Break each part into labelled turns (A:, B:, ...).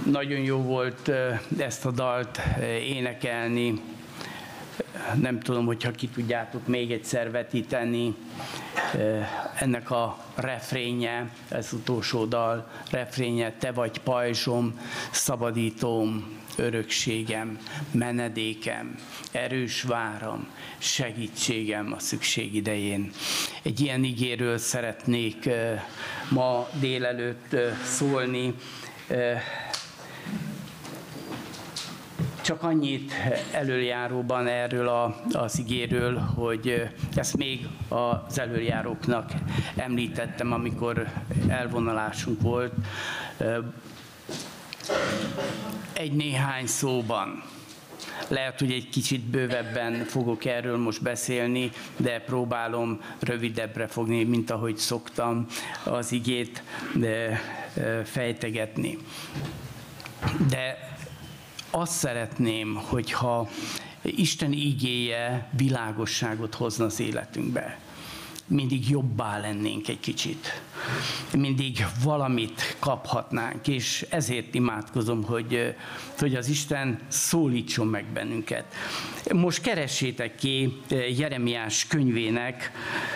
A: Nagyon jó volt ezt a dalt énekelni. Nem tudom, hogyha ki tudjátok még egyszer vetíteni. Ennek a refrénje, ez utolsó dal refrénje: te vagy pajzsom, szabadítóm, örökségem, menedékem, erős váram, segítségem a szükség idején. Egy ilyen igéről szeretnék ma délelőtt szólni. Csak annyit előjáróban erről az igéről, hogy ezt még az előjáróknak említettem, amikor elvonulásunk volt. Egy néhány szóban. Lehet, hogy egy kicsit bővebben fogok erről most beszélni, de próbálom rövidebbre fogni, mint ahogy szoktam az igét fejtegetni. De azt szeretném, hogyha Isten igéje világosságot hozna az életünkbe. Mindig jobbá lennénk egy kicsit. Mindig valamit kaphatnánk, és ezért imádkozom, hogy az Isten szólítson meg bennünket. Most keressétek ki Jeremiás könyvének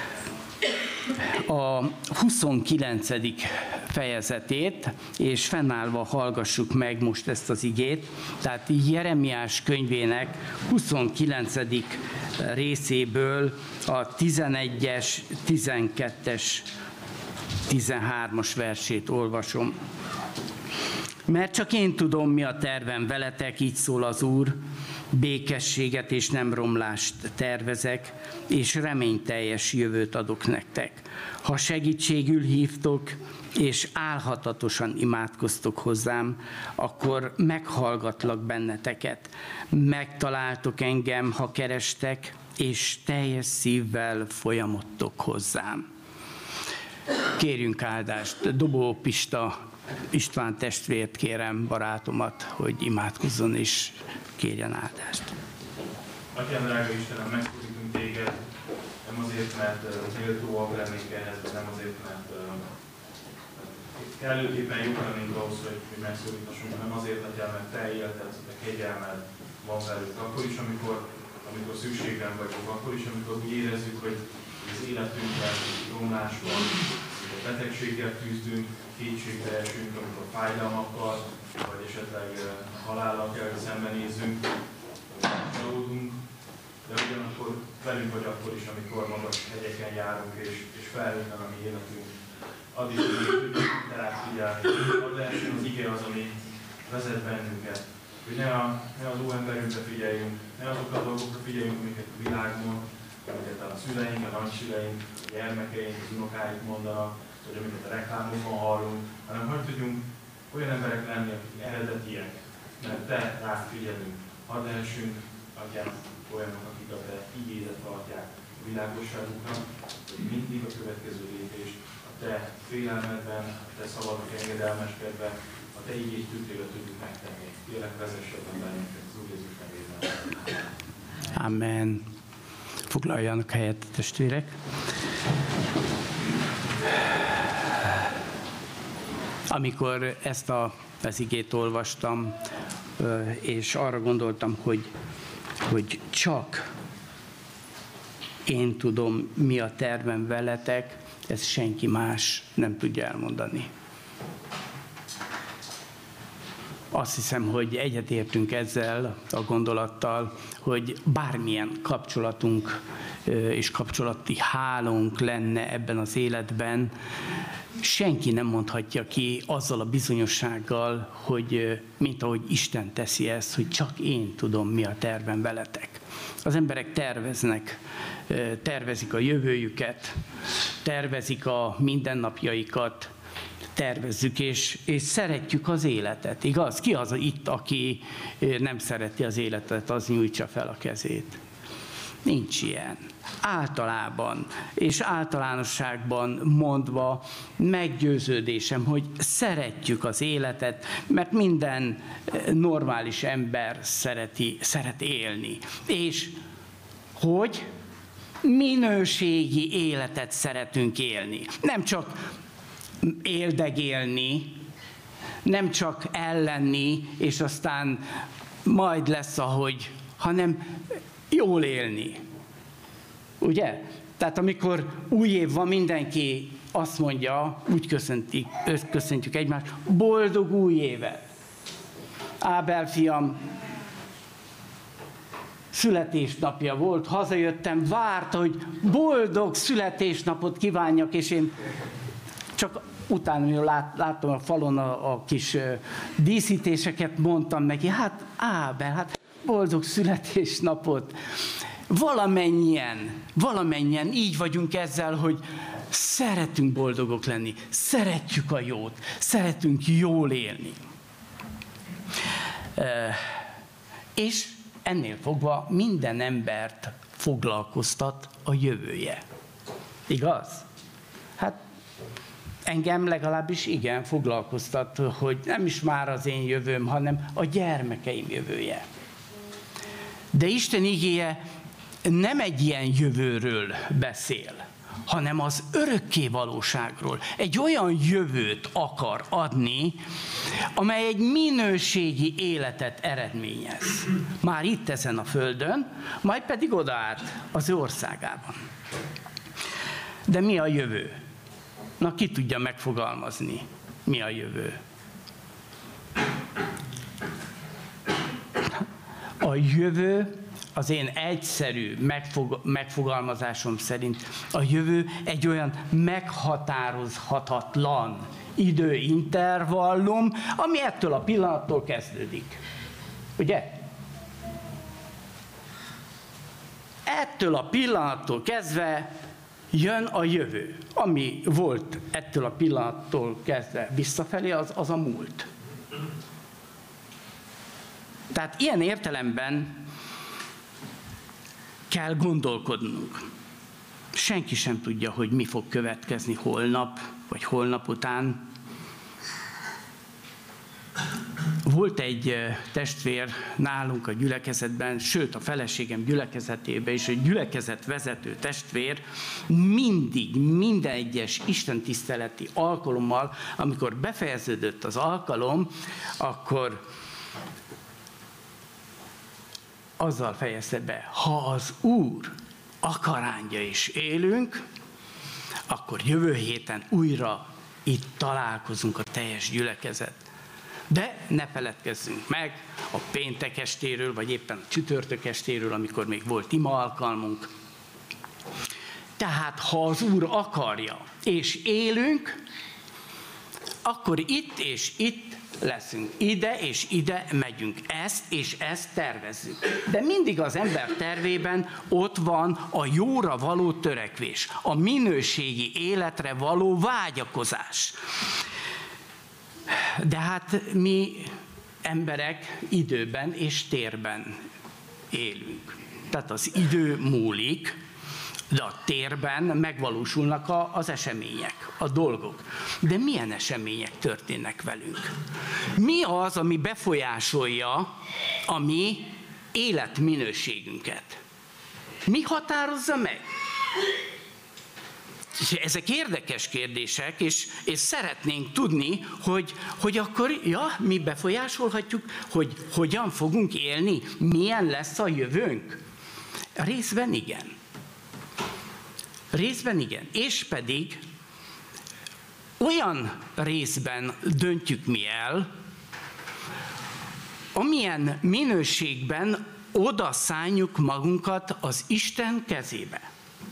A: a 29. fejezetét, és fennállva hallgassuk meg most ezt az igét. Tehát Jeremiás könyvének 29. részéből a 11-es, 12-es, 13-as versét olvasom. Mert csak én tudom, mi a tervem veletek, így szól az Úr, békességet és nem romlást tervezek, és reményteljes jövőt adok nektek. Ha segítségül hívtok, és álhatatosan imádkoztok hozzám, akkor meghallgatlak benneteket. Megtaláltok engem, ha kerestek, és teljes szívvel folyamodtok hozzám. Kérjünk áldást. Dobó Pista István testvért kérem, barátomat, hogy imádkozzon és kérjen áldást.
B: Atyám, drága Istenem, megszólítunk téged, nem azért, mert méltóak lennénk ehhez, nem azért, mert kellőképpen jók lennénk ahhoz, hogy megszólíthassunk, hanem azért, Atyám, mert te életed, te kegyelmed van velünk. Akkor is, amikor szükségben vagyunk, akkor is, amikor úgy érezzük, hogy az életünkben romlás van, amikor betegséggel küzdünk, kétségbe esünk, amikor fájdalmakkal, vagy esetleg halállal kell szembenézzünk, csalódunk, de ugyanakkor velünk vagy akkor is, amikor magas hegyeken járunk, és felhívnak a mi életünk. Addig, hogy te rád figyelni. Add lehessen az ige az, ami vezet bennünket. Hogy ne az óemberünkre figyeljünk, ne azokra a dolgokra figyeljünk, amiket a világban, amiket a szüleink, a nagyszüleink, a gyermekeink, az unokáink mondanak, vagy amiket a reklámokban hallunk, hanem hogy tudjunk olyan emberek lenni, akik eredetiek, mert te rád figyelünk. Hadd lehessünk, Atyám, olyanok, akik a te igédet tartják a világosságuknak, hogy mindig a következő lépést a te félelmedben, a te szabadnak engedelmeskedve, a te igét tükrében tudjuk megtenni. Kérlek, vezessebben bennünket az Úr Jézus nevében.
A: Amen. Foglaljanak helyet, testvérek. Amikor ezt az igét olvastam, és arra gondoltam, hogy csak én tudom, mi a tervem veletek, ezt senki más nem tudja elmondani. Azt hiszem, hogy egyetértünk ezzel a gondolattal, hogy bármilyen kapcsolatunk és kapcsolati hálónk lenne ebben az életben, senki nem mondhatja ki azzal a bizonyossággal, hogy mint ahogy Isten teszi ezt, hogy csak én tudom, mi a tervem veletek. Az emberek tervezik a jövőjüket, tervezik a mindennapjaikat, tervezzük, és szeretjük az életet, igaz? Ki az itt, aki nem szereti az életet, az nyújtsa fel a kezét. Nincs ilyen. Általában és általánosságban mondva meggyőződésem, hogy szeretjük az életet, mert minden normális ember szeret élni. És hogy minőségi életet szeretünk élni. Nem csak éldegélni, nem csak ellenni, és aztán majd lesz, ahogy, hanem jól élni. Ugye? Tehát amikor új év van, mindenki azt mondja, úgy köszöntjük egymást, boldog új évet! Ábel fiam születésnapja volt, hazajöttem, várta, hogy boldog születésnapot kívánjak, és én csak utána, amikor láttam a falon a kis díszítéseket, mondtam neki, hát Ábel, hát boldog születésnapot. Valamennyien így vagyunk ezzel, hogy szeretünk boldogok lenni, szeretjük a jót, szeretünk jól élni. És ennél fogva minden embert foglalkoztat a jövője. Igaz? Hát engem legalábbis igen foglalkoztat, hogy nem is már az én jövőm, hanem a gyermekeim jövője. De Isten igéje nem egy ilyen jövőről beszél, hanem az örökké valóságról. Egy olyan jövőt akar adni, amely egy minőségi életet eredményez. Már itt ezen a földön, majd pedig oda át az ő országában. De mi a jövő? Na, ki tudja megfogalmazni, mi a jövő? A jövő, az én egyszerű megfogalmazásom szerint, a jövő egy olyan meghatározhatatlan időintervallum, ami ettől a pillanattól kezdődik. Ugye? Ettől a pillanattól kezdve jön a jövő. Ami volt ettől a pillanattól kezdve visszafelé, az a múlt. Tehát ilyen értelemben kell gondolkodnunk. Senki sem tudja, hogy mi fog következni holnap, vagy holnap után. Volt egy testvér nálunk a gyülekezetben, sőt a feleségem gyülekezetében is, egy gyülekezetvezető testvér mindig, minden egyes istentiszteleti alkalommal, amikor befejeződött az alkalom, akkor azzal fejezte be, ha az Úr akaránja és élünk, akkor jövő héten újra itt találkozunk a teljes gyülekezet. De ne feledkezzünk meg a péntek estéről, vagy éppen a csütörtök estéről, amikor még volt ima alkalmunk. Tehát, ha az Úr akarja és élünk, akkor itt és itt leszünk. Ide és ide megyünk. Ezt és ezt tervezzük. De mindig az ember tervében ott van a jóra való törekvés, a minőségi életre való vágyakozás. De hát mi emberek időben és térben élünk. Tehát az idő múlik, de a térben megvalósulnak az események, a dolgok. De milyen események történnek velünk? Mi az, ami befolyásolja a mi életminőségünket? Mi határozza meg? Ezek érdekes kérdések, és szeretnénk tudni, hogy akkor mi befolyásolhatjuk, hogy hogyan fogunk élni, milyen lesz a jövőnk. Részben igen. Részben igen. És pedig olyan részben döntjük mi el, amilyen minőségben odaszálljuk magunkat az Isten kezébe.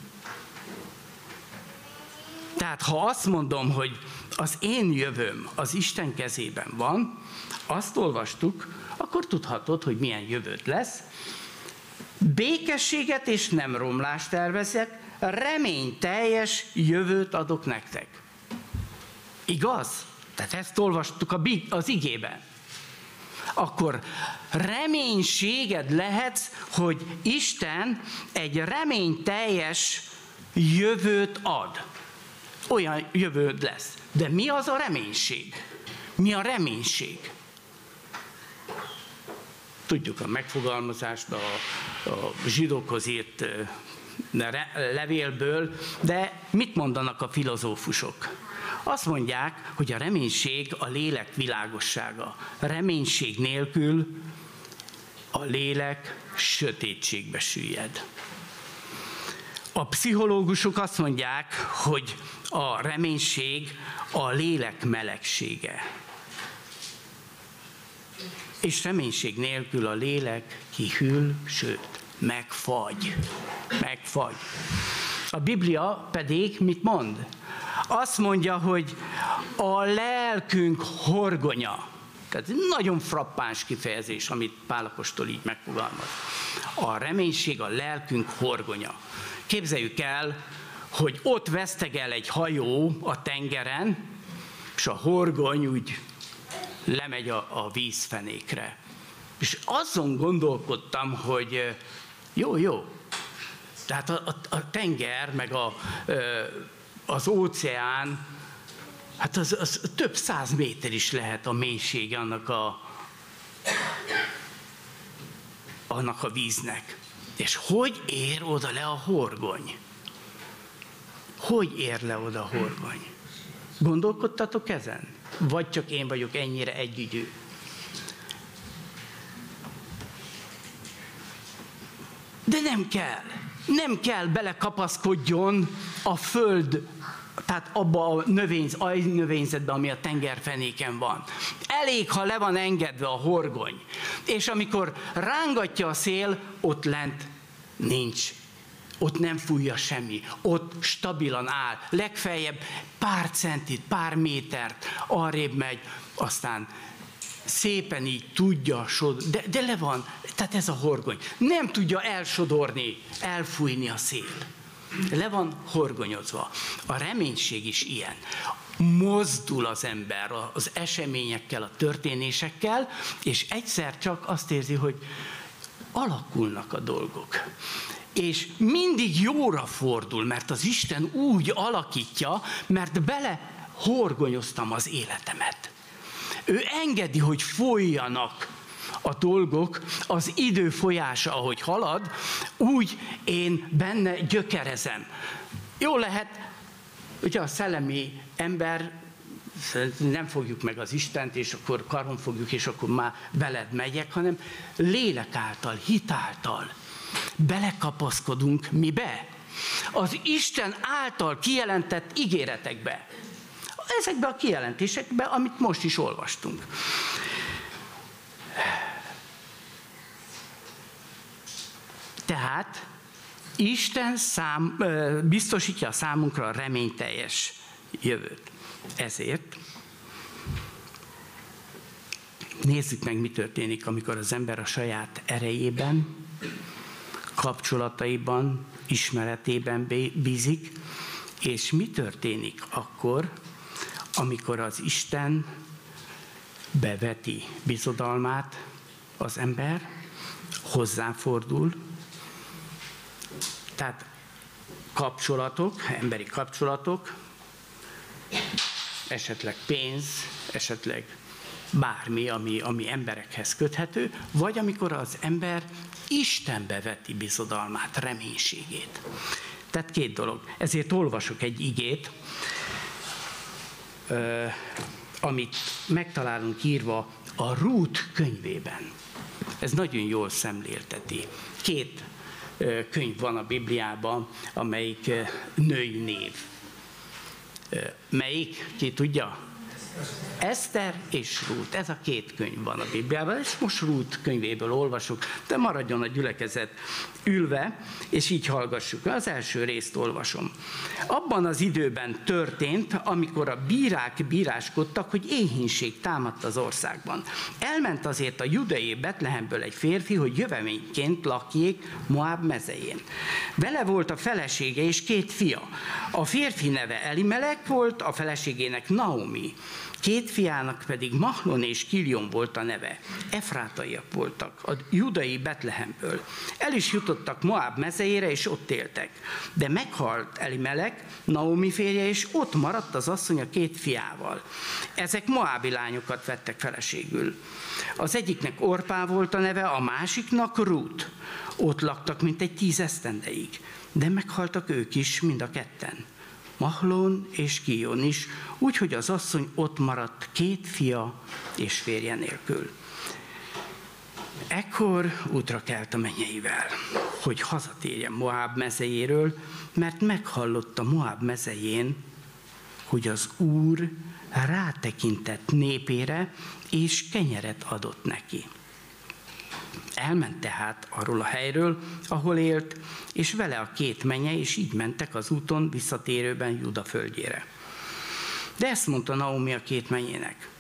A: Tehát ha azt mondom, hogy az én jövőm az Isten kezében van, azt olvastuk, akkor tudhatod, hogy milyen jövőd lesz. Békességet és nem romlást tervezek, reményteljes jövőt adok nektek. Igaz? Tehát ezt olvastuk az igében. Akkor reménységed lehetsz, hogy Isten egy reményteljes jövőt ad. Olyan jövőd lesz. De mi az a reménység? Mi a reménység? Tudjuk a megfogalmazást a zsidókhoz írt levélből, de mit mondanak a filozófusok? Azt mondják, hogy a reménység a lélek világossága. Reménység nélkül a lélek sötétségbe süllyed. A pszichológusok azt mondják, hogy a reménység a lélek melegsége. És reménység nélkül a lélek kihűl, sőt, megfagy. Megfagy. A Biblia pedig mit mond? Azt mondja, hogy a lelkünk horgonya. Tehát nagyon frappáns kifejezés, amit Pál apostol így megfogalmaz. A reménység a lelkünk horgonya. Képzeljük el, hogy ott vesztegel egy hajó a tengeren, és a horgony úgy lemegy a vízfenékre. És azon gondolkodtam, hogy jó, tehát a tenger, meg az óceán, hát az több 100 méter is lehet a mélysége annak a víznek. És hogy ér oda le a horgony? Hogy ér le oda a horgony? Gondolkodtatok ezen? Vagy csak én vagyok ennyire együgyű? De nem kell belekapaszkodjon a föld, tehát abba a növényzetbe, ami a tengerfenéken van. Elég, ha le van engedve a horgony. És amikor rángatja a szél, ott lent nincs. Ott nem fújja semmi. Ott stabilan áll. Legfeljebb pár centit, pár métert arrébb megy, aztán szépen így tudja, de le van, tehát ez a horgony. Nem tudja elsodorni, elfújni a szél. Le van horgonyozva. A reménység is ilyen. Mozdul az ember az eseményekkel, a történésekkel, és egyszer csak azt érzi, hogy alakulnak a dolgok. És mindig jóra fordul, mert az Isten úgy alakítja, mert belehorgonyoztam az életemet. Ő engedi, hogy folyjanak a dolgok, az idő folyása, ahogy halad, úgy én benne gyökerezem. Jó lehet, ugye a szellemi ember, nem fogjuk meg az Istent, és akkor karon fogjuk, és akkor már veled megyek, hanem lélek által, hit által belekapaszkodunk mibe? Az Isten által kijelentett ígéretekbe. Ezekbe a kijelentésekbe, amit most is olvastunk. Tehát Isten biztosítja a számunkra a reményteljes jövőt. Ezért nézzük meg, mi történik, amikor az ember a saját erejében, kapcsolataiban, ismeretében bízik, és mi történik akkor, amikor az Isten beveti bizodalmát az ember, hozzáfordul, tehát kapcsolatok, emberi kapcsolatok, esetleg pénz, esetleg bármi, ami emberekhez köthető, vagy amikor az ember Istenbe veti bizodalmát, reménységét. Tehát két dolog. Ezért olvasok egy igét, amit megtalálunk írva a Rút könyvében. Ez nagyon jól szemlélteti. Két könyv van a Bibliában, amelyik női név. Melyik? Ki tudja? Eszter és Rút. Ez a két könyv van a Bibliában, és most Rút könyvéből olvasok, de maradjon a gyülekezet ülve, és így hallgassuk. Az első részt olvasom. Abban az időben történt, amikor a bírák bíráskodtak, hogy éhínség támadt az országban. Elment azért a judai Betlehemből egy férfi, hogy jövevényként lakjék Moab mezején. Vele volt a felesége és két fia. A férfi neve Elimelek volt, a feleségének Naomi. Két fiának pedig Mahlon és Kilion volt a neve. Efrátaiak voltak, a judai Betlehemből. El is jutottak Moab mezejére, és ott éltek. De meghalt Elimelek, Naomi férje, és ott maradt az asszony a két fiával. Ezek moábi lányokat vettek feleségül. Az egyiknek Orpá volt a neve, a másiknak Rút. Ott laktak mintegy 10 esztendeig, de meghaltak ők is, mind a ketten. Mahlón és Kíjon is, úgyhogy az asszony ott maradt 2 fia és férje nélkül. Ekkor útra kelt a mennyeivel, hogy hazatérjen Moáb mezejéről, mert meghallotta Moáb mezején, hogy az Úr rátekintett népére, és kenyeret adott neki. Elment tehát arról a helyről, ahol élt, és vele a 2 menye, és így mentek az úton visszatérőben Juda földjére. De ezt mondta Naomi a 2 menyének: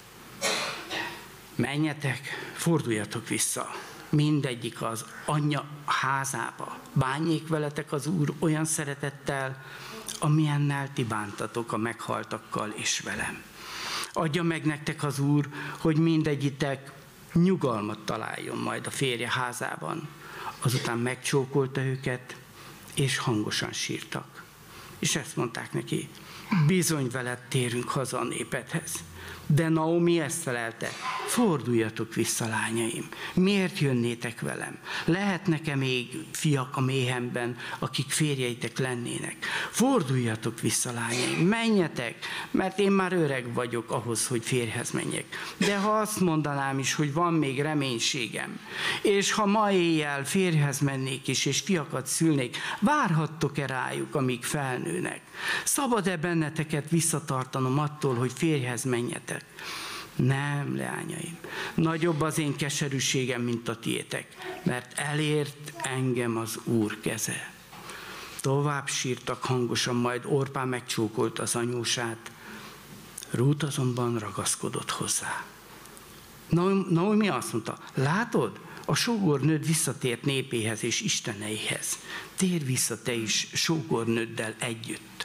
A: menjetek, forduljatok vissza, mindegyik az anyja házába, bánjék veletek az Úr olyan szeretettel, amilyennel ti bántatok a meghaltakkal és velem. Adja meg nektek az Úr, hogy mindegyitek nyugalmat találjon majd a férje házában. Azután megcsókolta őket, és hangosan sírtak. És ezt mondták neki: bizony veled térünk haza a népedhez. De Naomi ezt felelte: forduljatok vissza, lányaim, miért jönnétek velem? Lehetnek-e még fiak a méhemben, akik férjeitek lennének? Forduljatok vissza, lányaim, menjetek, mert én már öreg vagyok ahhoz, hogy férjhez menjek. De ha azt mondanám is, hogy van még reménységem, és ha ma éjjel férjhez mennék is, és fiakat szülnék, várhattok-e rájuk, amíg felnőnek? Szabad-e benneteket visszatartanom attól, hogy férjhez menjetek? Nem, leányaim, nagyobb az én keserűségem, mint a tiétek, mert elért engem az Úr keze. Tovább sírtak hangosan, majd Orpá megcsókolt az anyósát, Rút azonban ragaszkodott hozzá. Naomi azt mondta: látod, a sógornőd visszatért népéhez és isteneihez. Térj vissza te is sógornőddel együtt.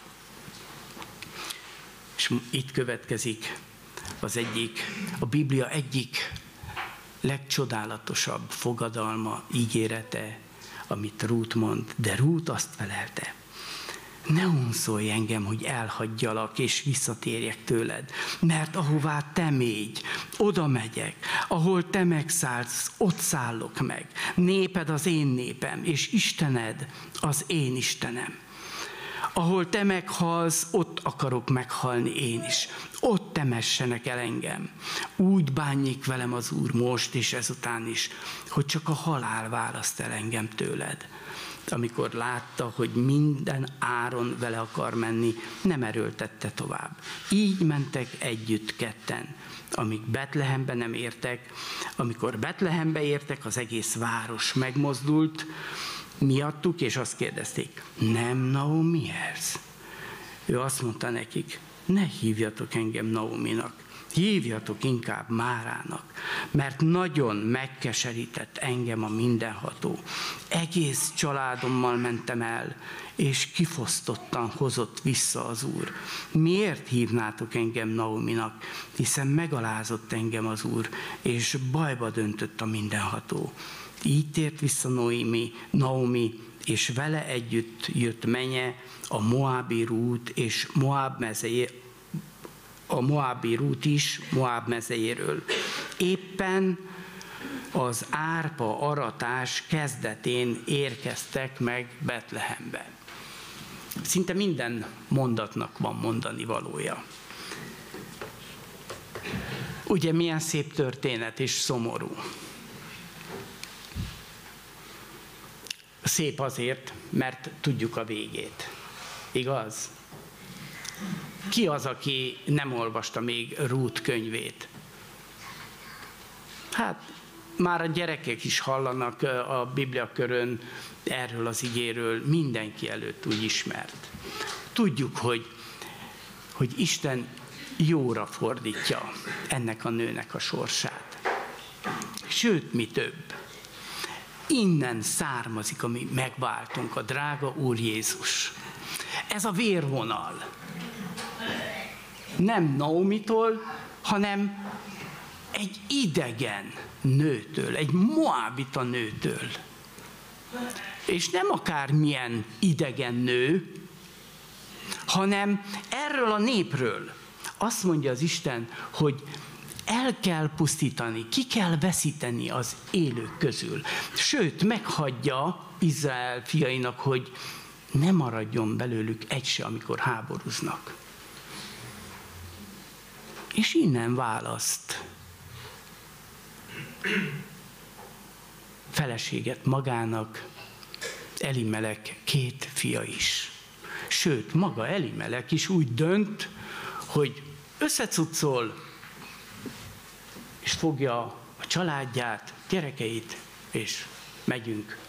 A: És itt következik a Biblia egyik legcsodálatosabb fogadalma, ígérete, amit Rút mond. De Rút azt felelte: ne unszolj engem, hogy elhagyjalak és visszatérjek tőled, mert ahová te mégy, oda megyek, ahol te megszállsz, ott szállok meg. Néped az én népem, és Istened az én Istenem. Ahol te meghalsz, ott akarok meghalni én is. Ott temessenek el engem. Úgy bánjék velem az Úr most és ezután is, hogy csak a halál választ el engem tőled. Amikor látta, hogy minden áron vele akar menni, nem erőltette tovább. Így mentek együtt ketten, amíg Betlehembe nem értek. Amikor Betlehembe értek, az egész város megmozdult miattuk, és azt kérdezték: nem Naomi ez? Ő azt mondta nekik: ne hívjatok engem Naominak, hívjatok inkább Márának, mert nagyon megkeserített engem a mindenható. Egész családommal mentem el, és kifosztottan hozott vissza az Úr. Miért hívnátok engem Naominak? Hiszen megalázott engem az Úr, és bajba döntött a mindenható. Így tért vissza Naomi, és vele együtt jött menye, a moábi Rút, és a moábi Rút is Moáb mezejéről. Éppen az árpa aratás kezdetén érkeztek meg Betlehembe. Szinte minden mondatnak van mondani valója. Ugye milyen szép történet és szomorú. Szép azért, mert tudjuk a végét. Igaz? Ki az, aki nem olvasta még Rút könyvét? Hát, már a gyerekek is hallanak a Bibliakörön erről az igéről, mindenki előtt úgy ismert. Tudjuk, hogy Isten jóra fordítja ennek a nőnek a sorsát. Sőt, mi több. Innen származik a mi megváltunk, a drága Úr Jézus. Ez a vérvonal. Nem Naomitól, hanem egy idegen nőtől, egy moábita nőtől. És nem akármilyen idegen nő, hanem erről a népről. Azt mondja az Isten, hogy el kell pusztítani, ki kell veszíteni az élők közül. Sőt, meghagyja Izrael fiainak, hogy ne maradjon belőlük egy se, amikor háborúznak. És innen választ feleséget magának Elimelek 2 fia is. Sőt, maga Elimelek is úgy dönt, hogy összecuccol, és fogja a családját, gyerekeit, és megyünk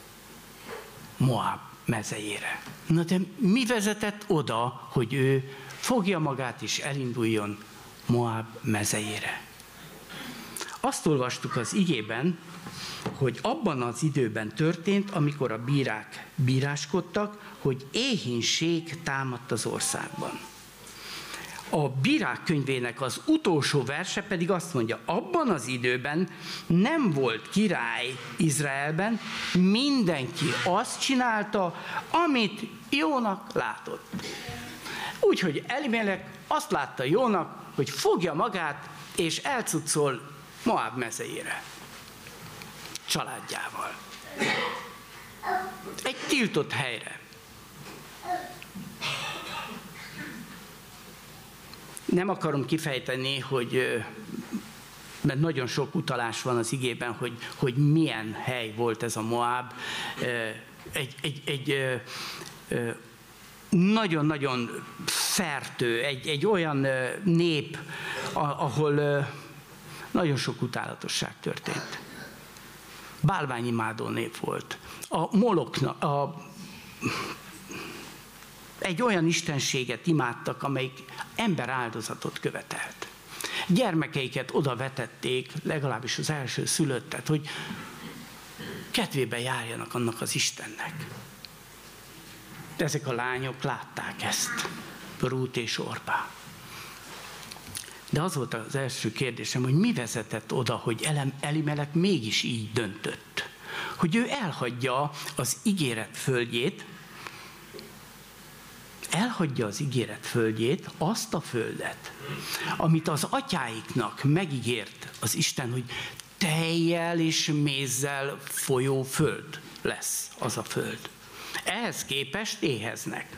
A: Moab mezejére. Na de mi vezetett oda, hogy ő fogja magát és elinduljon Moab mezejére? Azt olvastuk az igében, hogy abban az időben történt, amikor a bírák bíráskodtak, hogy éhínség támadt az országban. A Bírák könyvének az utolsó verse pedig azt mondja, abban az időben nem volt király Izraelben, mindenki azt csinálta, amit jónak látott. Úgyhogy Elimelek azt látta jónak, hogy fogja magát és elcuccol Moab mezejére. Családjával. Egy tiltott helyre. Nem akarom kifejteni, mert nagyon sok utalás van az igében, hogy milyen hely volt ez a Moab. Egy nagyon-nagyon fertő, egy olyan nép, ahol nagyon sok utálatosság történt. Bálványimádó nép volt. A Moloknak, egy olyan istenséget imádtak, amelyik ember áldozatot követelt. Gyermekeiket oda vetették, legalábbis az első szülöttet, hogy kedvébe járjanak annak az Istennek. De ezek a lányok látták ezt, Rút és Orpá. De az volt az első kérdésem, hogy mi vezetett oda, hogy Elimelek mégis így döntött. Hogy ő elhagyja az ígéret földjét, azt a földet, amit az atyáiknak megígért az Isten, hogy tejjel és mézzel folyó föld lesz az a föld. Ehhez képest éheznek.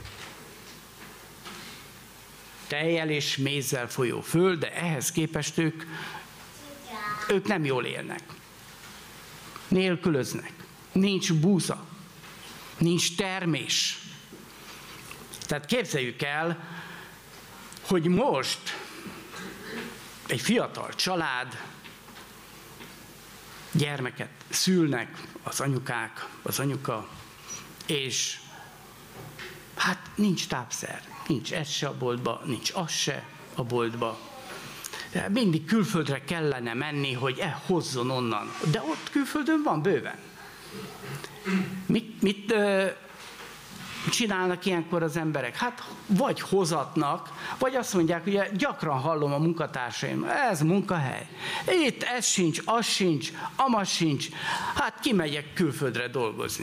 A: Tejjel és mézzel folyó föld, de ehhez képest ők nem jól élnek. Nélkülöznek. Nincs búza. Nincs termés. Tehát képzeljük el, hogy most egy fiatal család, gyermeket szülnek az anyukák, az anyuka, és hát nincs tápszer, nincs ez se a boltba, nincs az se a boltba. De mindig külföldre kellene menni, hogy hozzon onnan. De ott külföldön van bőven. Mit csinálnak ilyenkor az emberek? Hát vagy hozatnak, vagy azt mondják, ugye gyakran hallom a munkatársaim, ez munkahely. Itt ez sincs, az sincs, amaz sincs. Hát kimegyek külföldre dolgozni.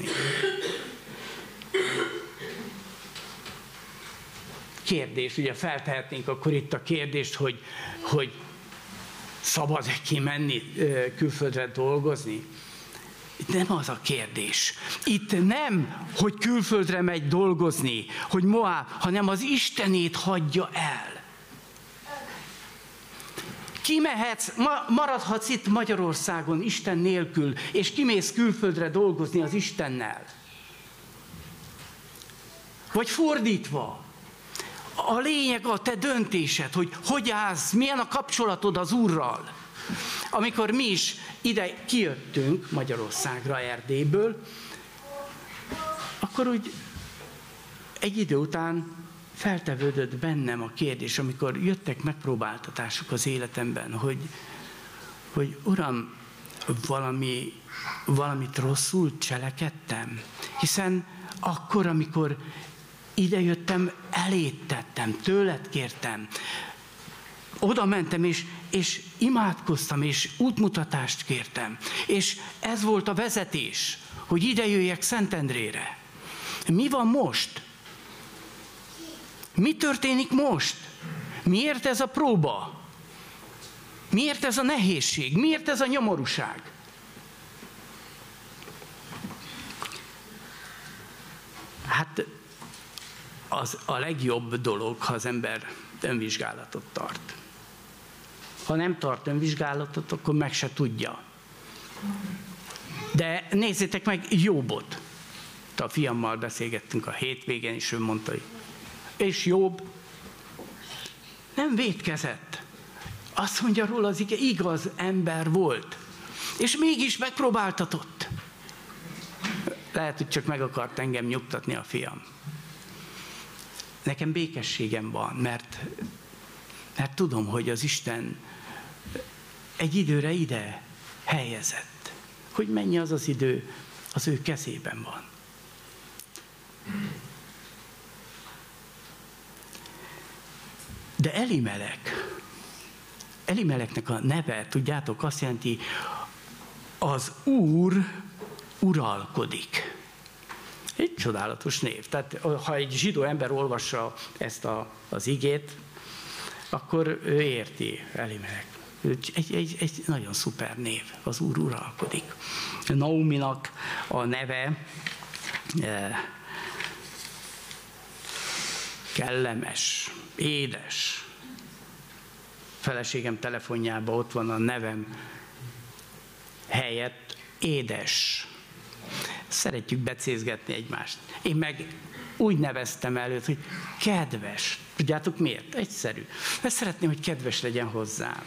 A: Kérdés, ugye feltehetnénk akkor itt a kérdést, hogy szabad-e kimenni külföldre dolgozni? Itt nem az a kérdés. Itt nem, hogy külföldre megy dolgozni, hogy Moab, hanem az Istenét hagyja el. Kimehetsz, maradhatsz itt Magyarországon Isten nélkül, és kimész külföldre dolgozni az Istennel. Vagy fordítva. A lényeg a te döntésed, hogy állsz, milyen a kapcsolatod az Úrral. Amikor mi is ide kijöttünk Magyarországra, Erdélyből, akkor úgy egy idő után feltevődött bennem a kérdés, amikor jöttek megpróbáltatások az életemben, hogy Uram, valamit rosszul cselekedtem. Hiszen akkor, amikor ide jöttem, elét tettem, tőled kértem, oda mentem, és imádkoztam, és útmutatást kértem. És ez volt a vezetés, hogy ide jöjjek Szentendrére. Mi van most? Mi történik most? Miért ez a próba? Miért ez a nehézség? Miért ez a nyomorúság? Hát az a legjobb dolog, ha az ember önvizsgálatot tart. Ha nem tart önvizsgálatot, akkor meg se tudja. De nézzétek meg Jobbot. A fiammal beszélgettünk a hétvégén, és ő mondta, hogy és Jobb nem vétkezett. Azt mondja róla az ige, igaz ember volt. És mégis megpróbáltatott. Lehet, hogy csak meg akart engem nyugtatni a fiam. Nekem békességem van, mert tudom, hogy az Isten egy időre ide helyezett. Hogy mennyi az az idő, az ő kezében van. De Elimeleknek a neve, tudjátok, azt jelenti, az Úr uralkodik. Egy csodálatos név. Tehát ha egy zsidó ember olvassa ezt az igét, akkor ő érti, Elimelek. Egy nagyon szuper név, az Úr uralkodik. Naominak a neve kellemes, édes. Feleségem telefonjában ott van a nevem helyett édes. Szeretjük becézgetni egymást. Én meg úgy neveztem előtt, hogy kedves. Tudjátok miért? Egyszerű. Mert szeretném, hogy kedves legyen hozzám.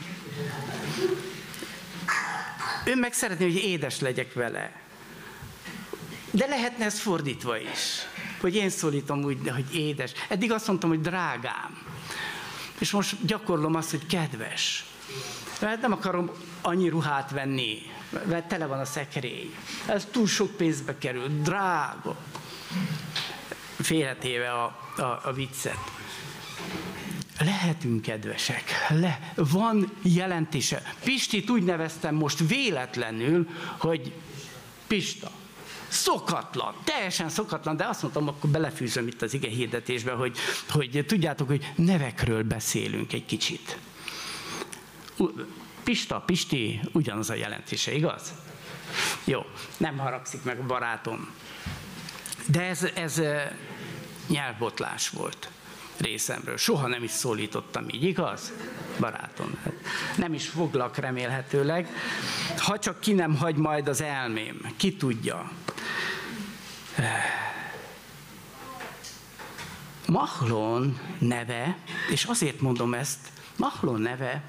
A: Ő meg szeretné, hogy édes legyek vele. De lehetne ez fordítva is. Hogy én szólítom úgy, hogy édes. Eddig azt mondtam, hogy drágám. És most gyakorlom azt, hogy kedves. Mert nem akarom annyi ruhát venni, mert tele van a szekrény. Ez túl sok pénzbe kerül, drága. Félretéve a viccet. Lehetünk kedvesek. Van jelentése. Pistit úgy neveztem most véletlenül, hogy Pista. Szokatlan, teljesen szokatlan, de azt mondtam, akkor belefűzöm itt az ige hirdetésbe, hogy tudjátok, hogy nevekről beszélünk egy kicsit. Pista, Pisti, ugyanaz a jelentése, igaz? Jó, nem haragszik meg a barátom. De ez nyelvbotlás volt részemről. Soha nem is szólítottam így, igaz? Barátom. Nem is foglak remélhetőleg. Ha csak ki nem hagy majd az elmém. Ki tudja. Mahlon neve, és azért mondom ezt, Mahlon neve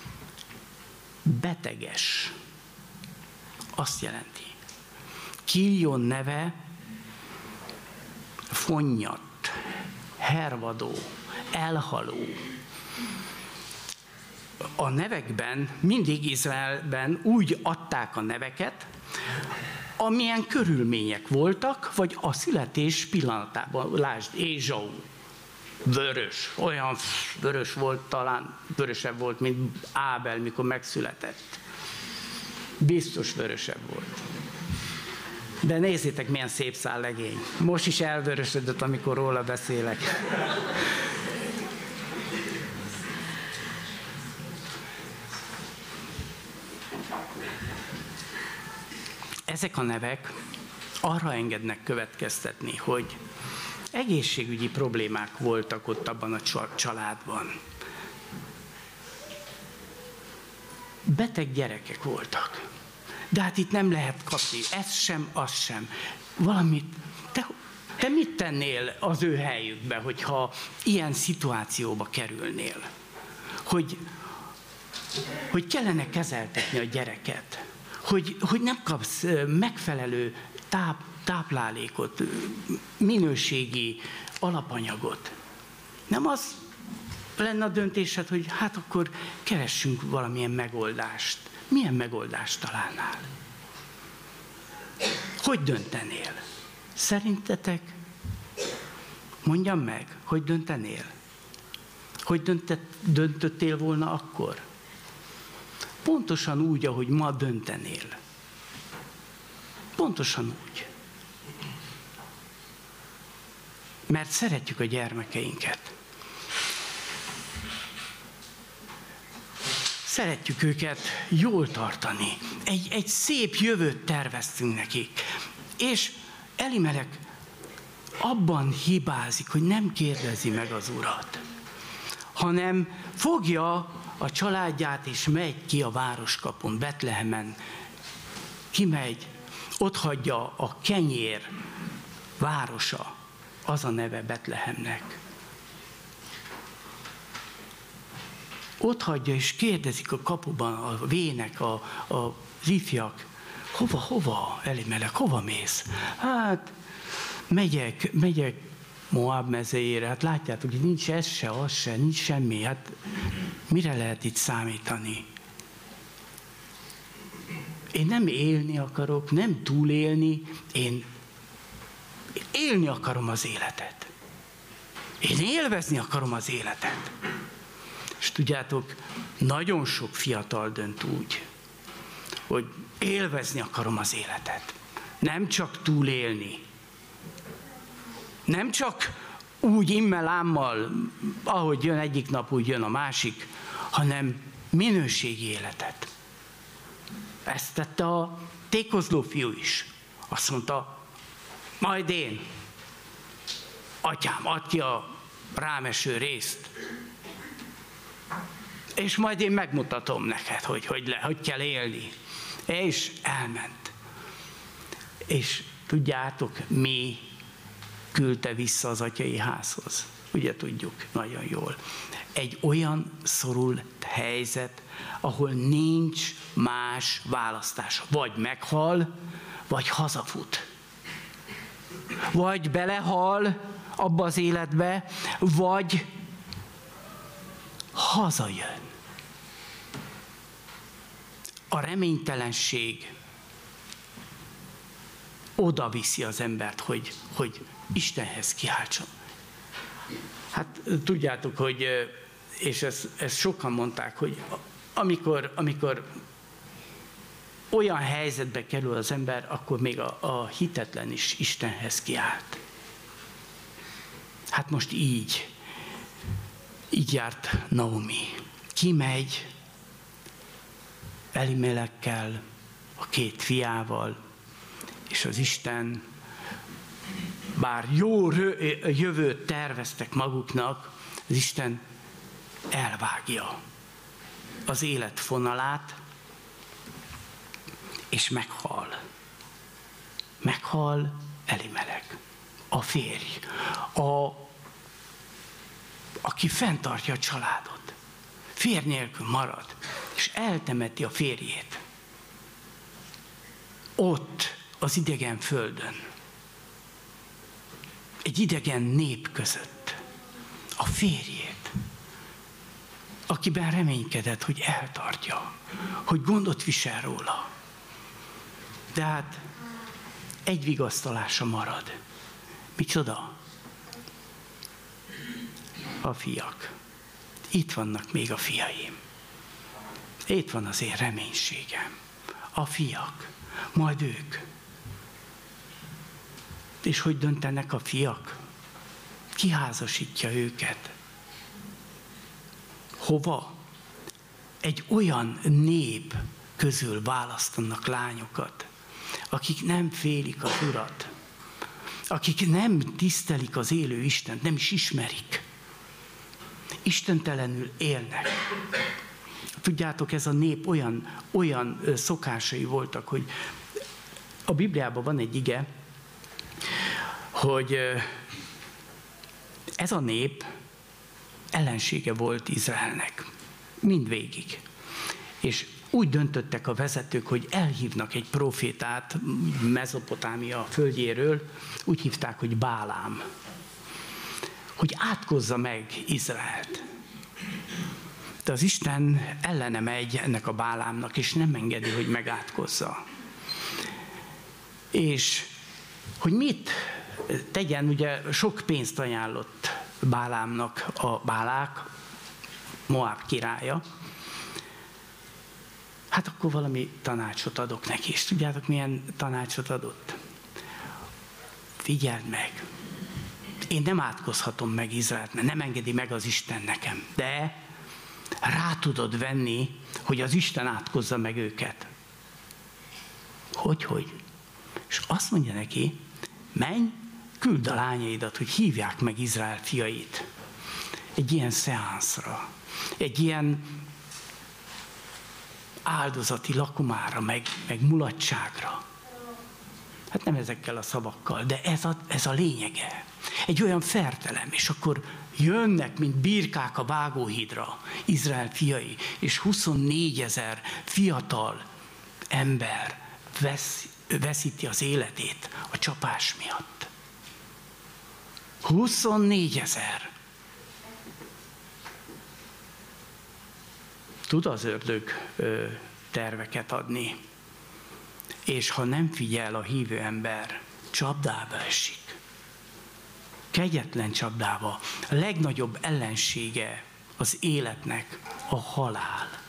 A: beteges. Azt jelenti. Kiljon neve fonnyadt, hervadó, elhaló. A nevekben, mindig Izraelben úgy adták a neveket, amilyen körülmények voltak, vagy a születés pillanatában. Lásd, Ézsau, vörös, olyan vörös volt, talán vörösebb volt, mint Ábel, mikor megszületett. Biztos vörösebb volt. De nézzétek, milyen szép szállegény. Most is elvörösödött, amikor róla beszélek. Ezek a nevek arra engednek következtetni, hogy egészségügyi problémák voltak ott abban a családban. Beteg gyerekek voltak. De hát itt nem lehet kapni, ez sem, az sem. Valamit, te mit tennél az ő helyükbe, hogyha ilyen szituációba kerülnél? Hogy kellene kezeltetni a gyereket. Hogy nem kapsz megfelelő táplálékot, minőségi alapanyagot. Nem az lenne a döntésed, hogy hát akkor keressünk valamilyen megoldást. Milyen megoldást találnál? Hogy döntenél? Szerintetek? Mondjam meg, hogy döntenél? Hogy döntöttél volna akkor? Pontosan úgy, ahogy ma döntenél. Pontosan úgy. Mert szeretjük a gyermekeinket. Szeretjük őket jól tartani. Egy szép jövőt terveztünk nekik. És Elimelek abban hibázik, hogy nem kérdezi meg az Urat, hanem fogja a családját és megy ki a városkapun, Betlehemen. Kimegy, ott hagyja a kenyér városa, az a neve Betlehemnek. Ott hagyja, és kérdezik a kapuban a vének, az ifjak, hova, Elimelek, hova mész? Hát, megyek Moab mezejére, hát látjátok, hogy nincs ez se, az se, nincs semmi, hát mire lehet itt számítani? Én nem élni akarok, nem túlélni, én élni akarom az életet. Én élvezni akarom az életet. És tudjátok, nagyon sok fiatal dönt úgy, hogy élvezni akarom az életet. Nem csak túlélni. Nem csak úgy immel-ámmal, ahogy jön egyik nap, úgy jön a másik, hanem minőségi életet. Ezt tette a tékozló fiú is. Azt mondta, majd én, atyám, add ki a rám eső részt, és majd én megmutatom neked, hogy kell élni. És elment. És tudjátok, mi küldte vissza az atyai házhoz? Ugye tudjuk nagyon jól. Egy olyan szorult helyzet, ahol nincs más választás. Vagy meghal, vagy hazafut. Vagy belehal abba az életbe, vagy hazajön. A reménytelenség oda viszi az embert, hogy Istenhez kiáltson. Hát tudjátok, hogy, és ezt sokan mondták, hogy amikor olyan helyzetbe kerül az ember, akkor még a hitetlen is Istenhez kiált. Hát most így járt Naomi. Kimegy Elimelekkel, a két fiával, és az Isten, bár jó jövőt terveztek maguknak, az Isten elvágja az élet fonalát, és meghal. Meghal Elimelek, a férj, aki fenntartja a családot. Férj nélkül marad, és eltemeti a férjét. Ott, az idegen földön, egy idegen nép között, a férjét, akiben reménykedett, hogy eltartja, hogy gondot visel róla. De hát egy vigasztalása marad. Micsoda? A fiak. Itt vannak még a fiaim. Itt van az én reménységem. A fiak. Majd ők. És hogy döntenek a fiak? Ki házasítja őket? Hova? Egy olyan nép közül választanak lányokat, akik nem félik az Urat, akik nem tisztelik az élő Istent, nem is ismerik. Istentelenül élnek. Tudjátok, ez a nép olyan szokásai voltak, hogy a Bibliában van egy ige, hogy ez a nép ellensége volt Izraelnek. Mindvégig. És úgy döntöttek a vezetők, hogy elhívnak egy profétát Mezopotámia földjéről, úgy hívták, hogy Bálám, hogy átkozza meg Izraelt. De az Isten ellene megy ennek a Bálámnak, és nem engedi, hogy megátkozza. És hogy mit tegyen, ugye sok pénzt ajánlott Bálámnak a Bálák, Moab királya. Hát akkor valami tanácsot adok neki, és tudjátok, milyen tanácsot adott? Figyeld meg, én nem átkozhatom meg Izraelt, mert nem engedi meg az Isten nekem, de rá tudod venni, hogy az Isten átkozza meg őket. Hogy? És azt mondja neki, menj, Küld a lányaidat, hogy hívják meg Izrael fiait egy ilyen szeánszra, egy ilyen áldozati lakomára, meg mulatságra. Hát nem ezekkel a szavakkal, de ez a lényege. Egy olyan fertelem, és akkor jönnek, mint birkák a vágóhídra Izrael fiai, és 24 000 fiatal ember veszíti az életét a csapás miatt. 24 000. Tud az ördög terveket adni, és ha nem figyel a hívő ember, csapdába esik. Kegyetlen csapdába. A legnagyobb ellensége az életnek a halál.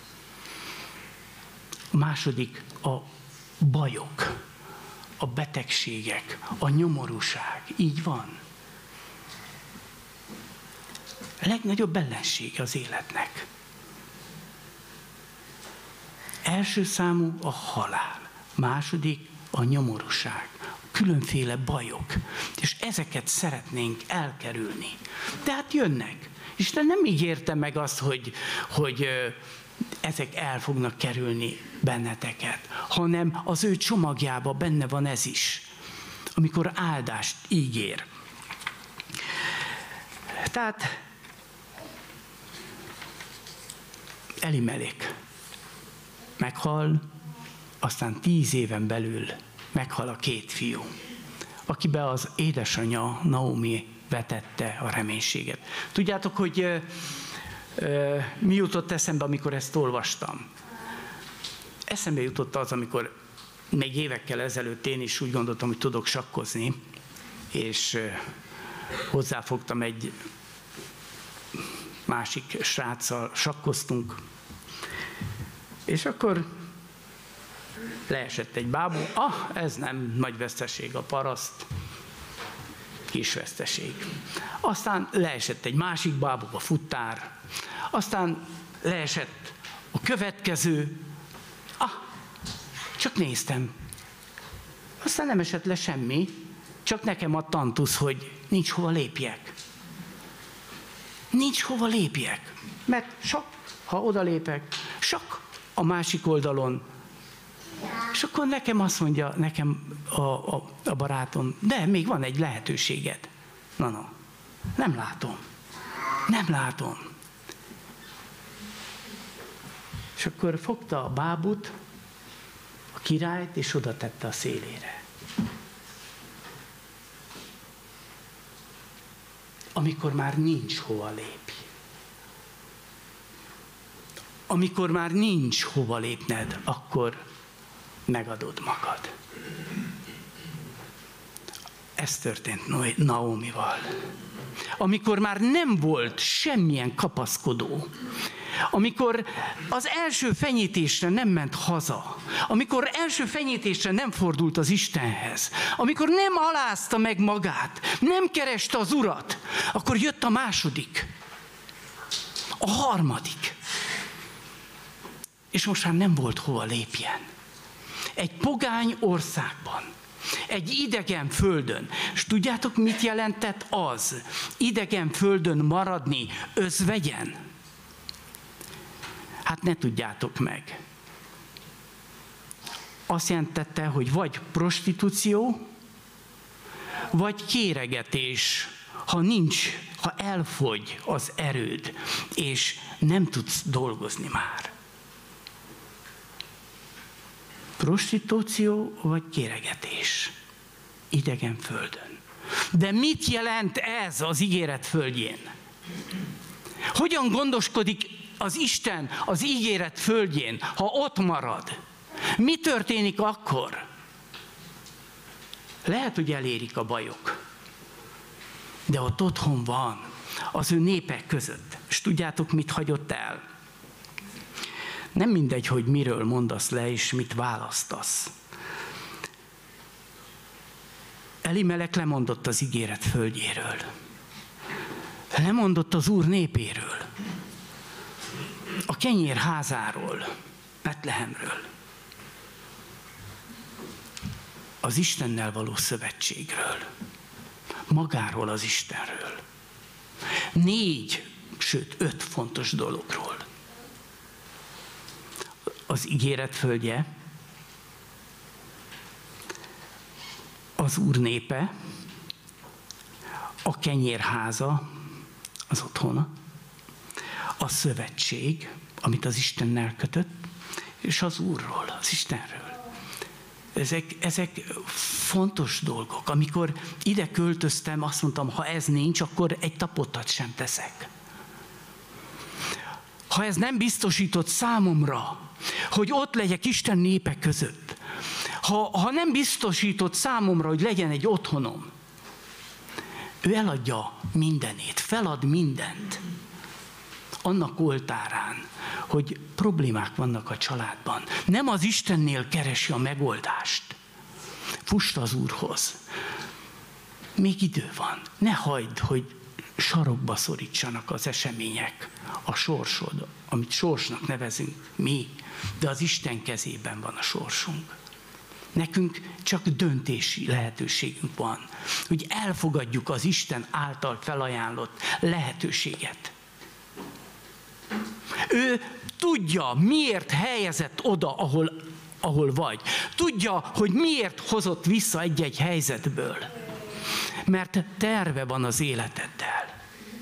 A: A második a bajok, a betegségek, a nyomorúság. Így van. A legnagyobb ellensége az életnek. Első számú a halál, második a nyomorúság, különféle bajok, és ezeket szeretnénk elkerülni. Tehát jönnek. Isten nem ígérte meg azt, hogy ezek el fognak kerülni benneteket, hanem az ő csomagjában benne van ez is, amikor áldást ígér. Tehát Elimelek meghal, aztán 10 éven belül meghal a 2 fiú, akibe az édesanyja Naomi vetette a reménységet. Tudjátok, hogy mi jutott eszembe, amikor ezt olvastam? Eszembe jutott az, amikor még évekkel ezelőtt én is úgy gondoltam, hogy tudok sakkozni, és hozzáfogtam egy másik sráccal, sakkoztunk, és akkor leesett egy bábú, ez nem nagy veszteség, a paraszt, kis veszteség. Aztán leesett egy másik bábú, a futtár, aztán leesett a következő, csak néztem. Aztán nem esett le semmi, csak nekem a tantusz, hogy nincs hova lépjek. Nincs hova lépjek, mert sok, ha odalépek, sok a másik oldalon. És akkor nekem azt mondja, nekem a barátom, de még van egy lehetőséged. Nem látom. És akkor fogta a bábut, a királyt, és oda tette a szélére. Amikor már nincs hova lépj. Amikor már nincs hova lépned, akkor megadod magad. Ez történt Naomival. Amikor már nem volt semmilyen kapaszkodó, amikor az első fenyítésre nem ment haza, amikor első fenyítésre nem fordult az Istenhez, amikor nem alázta meg magát, nem kereste az Urat, akkor jött a második, a harmadik. És most már nem volt hova lépjen. Egy pogány országban, egy idegen földön. És tudjátok, mit jelentett az? Idegen földön maradni özvegyen? Hát ne tudjátok meg. Azt jelentette, hogy vagy prostitúció, vagy kéregetés, ha elfogy az erőd, és nem tudsz dolgozni már. Prostitúció vagy kéregetés idegen földön. De mit jelent ez az ígéret földjén? Hogyan gondoskodik az Isten az ígéret földjén, ha ott marad? Mi történik akkor? Lehet, hogy elérik a bajok, de ott otthon van, az ő népek között. És tudjátok, mit hagyott el? Nem mindegy, hogy miről mondasz le, és mit választasz. Elimelek lemondott az ígéret földjéről. Lemondott az Úr népéről. A kenyér házáról, Betlehemről. Az Istennel való szövetségről. magáról az Istenről. 4, sőt 5 fontos dologról. Az ígéret földje, az Úr népe, a kenyérháza, az otthona, a szövetség, amit az Istennel kötött, és az Úrról, az Istenről. Ezek fontos dolgok. Amikor ide költöztem, azt mondtam, ha ez nincs, akkor egy tapottat sem teszek. Ha ez nem biztosított számomra, hogy ott legyek Isten népe között, ha nem biztosított számomra, hogy legyen egy otthonom, ő eladja mindenét, felad mindent annak oltárán, hogy problémák vannak a családban. Nem az Istennél keresi a megoldást. Fuss az Úrhoz. Még idő van. Ne hagyd, hogy sarokba szorítsanak az események. A sorsod, amit sorsnak nevezünk mi, de az Isten kezében van a sorsunk. Nekünk csak döntési lehetőségünk van, hogy elfogadjuk az Isten által felajánlott lehetőséget. Ő tudja, miért helyezett oda, ahol vagy. Tudja, hogy miért hozott vissza egy-egy helyzetből. Mert terve van az életeddel.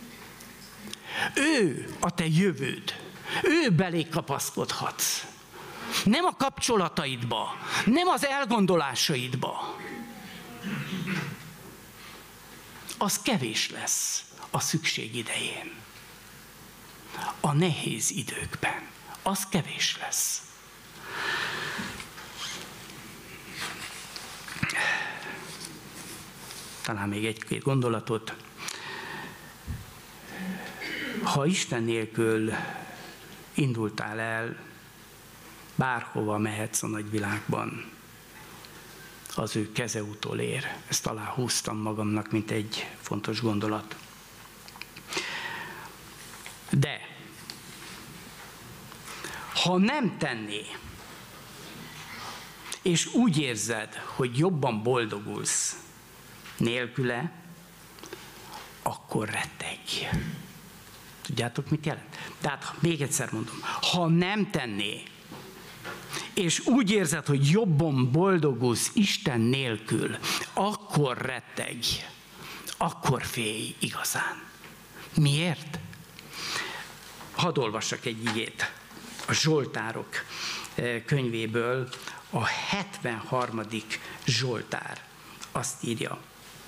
A: Ő a te jövőd. Ő belé kapaszkodhatsz. Nem a kapcsolataidba, nem az elgondolásaidba. Az kevés lesz a szükség idején. A nehéz időkben. Az kevés lesz. Talán még egy-két gondolatot. Ha Isten nélkül indultál el, bárhova mehetsz a nagyvilágban, az ő keze utolér. Ezt aláhúztam magamnak, mint egy fontos gondolat. De ha nem tenné, és úgy érzed, hogy jobban boldogulsz nélküle, akkor rettegj. Tudjátok, mit jelent? Tehát még egyszer mondom, ha nem tenné, és úgy érzed, hogy jobban boldogulsz Isten nélkül, akkor rettegj, akkor félj igazán. Miért? Hadd olvassak egy igét a Zsoltárok könyvéből, a 73. Zsoltár azt írja.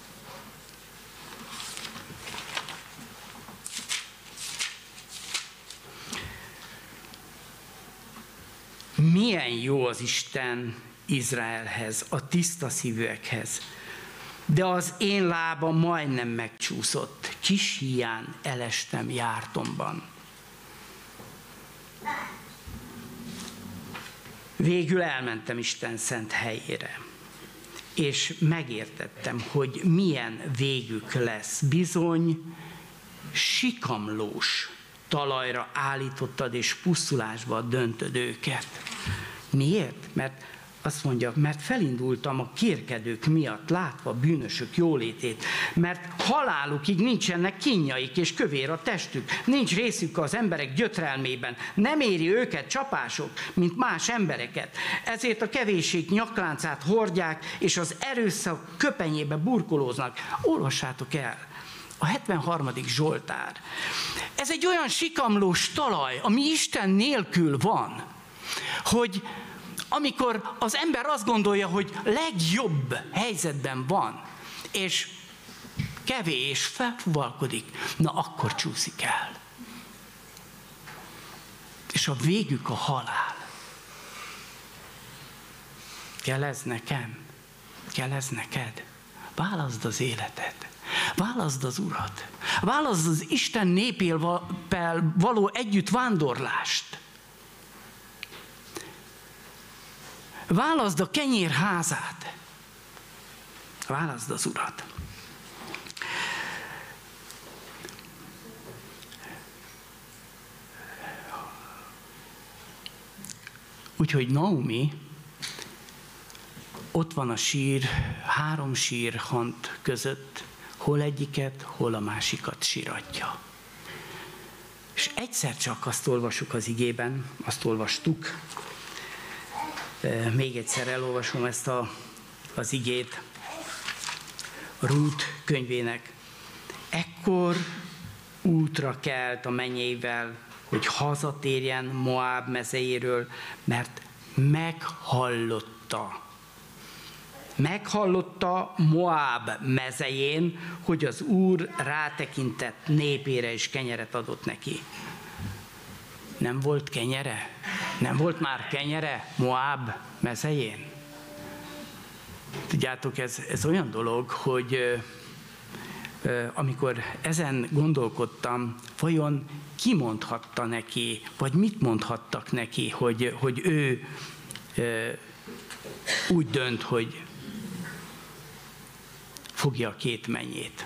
A: Milyen jó az Isten Izraelhez, a tiszta szívűekhez, de az én lábam majdnem megcsúszott, kis híján elestem jártomban. Végül elmentem Isten szent helyére, és megértettem, hogy milyen végük lesz. Bizony sikamlós talajra állítottad, és pusztulásba döntöd őket. Miért? Mert azt mondja, mert felindultam a kérkedők miatt, látva a bűnösök jólétét, mert halálukig nincsenek kínjaik, és kövér a testük, nincs részük az emberek gyötrelmében, nem éri őket csapások, mint más embereket. Ezért a kevésség nyakláncát hordják, és az erőszak köpenyébe burkolóznak. Olvassátok el! A 73. Zsoltár. Ez egy olyan sikamlós talaj, ami Isten nélkül van, hogy amikor az ember azt gondolja, hogy legjobb helyzetben van, és kevés felfuvalkodik, na akkor csúszik el. És a végük a halál. Kell ez nekem? Kell ez neked? Válaszd az életed. Válaszd az Urat. Válaszd az Isten népével való együtt vándorlást. Válaszd a kenyérházát. Válaszd az Urat. Úgyhogy Naomi, ott van a sír, 3 sírhant között, hol egyiket, hol a másikat siratja. És egyszer csak azt olvasjuk az igében, azt olvastuk, még egyszer elolvasom ezt az igét, Rút könyvének. Ekkor útra kelt a mennyeivel, hogy hazatérjen Moáb mezejéről, mert meghallotta Moáb mezején, hogy az Úr rátekintett népére és kenyeret adott neki. Nem volt kenyere? Nem volt már kenyere Moáb mezején? Tudjátok, ez olyan dolog, hogy amikor ezen gondolkodtam, vajon ki mondhatta neki, vagy mit mondhattak neki, hogy ő úgy dönt, hogy fogja a két mennyét.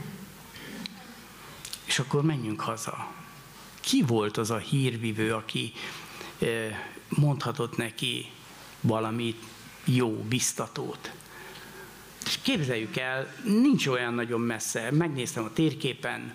A: És akkor menjünk haza. Ki volt az a hírvivő, aki mondhatott neki valamit jó, biztatót? És képzeljük el, nincs olyan nagyon messze, megnéztem a térképen,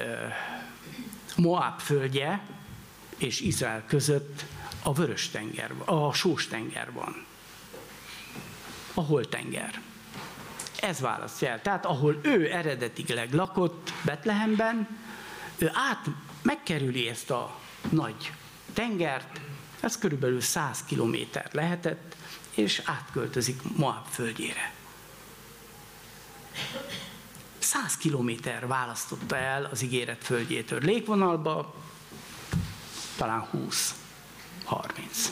A: Moáb földje és Izrael között a Vörös-tenger, a Sós-tenger van. A Holtenger. Ez választja el. Tehát ahol ő eredetileg lakott, Betlehemben, ő megkerüli ezt a nagy tengert, ez körülbelül 100 kilométer lehetett, és átköltözik Moáb földjére. 100 kilométer választotta el az ígéret földjétől. Légvonalba talán 20-30.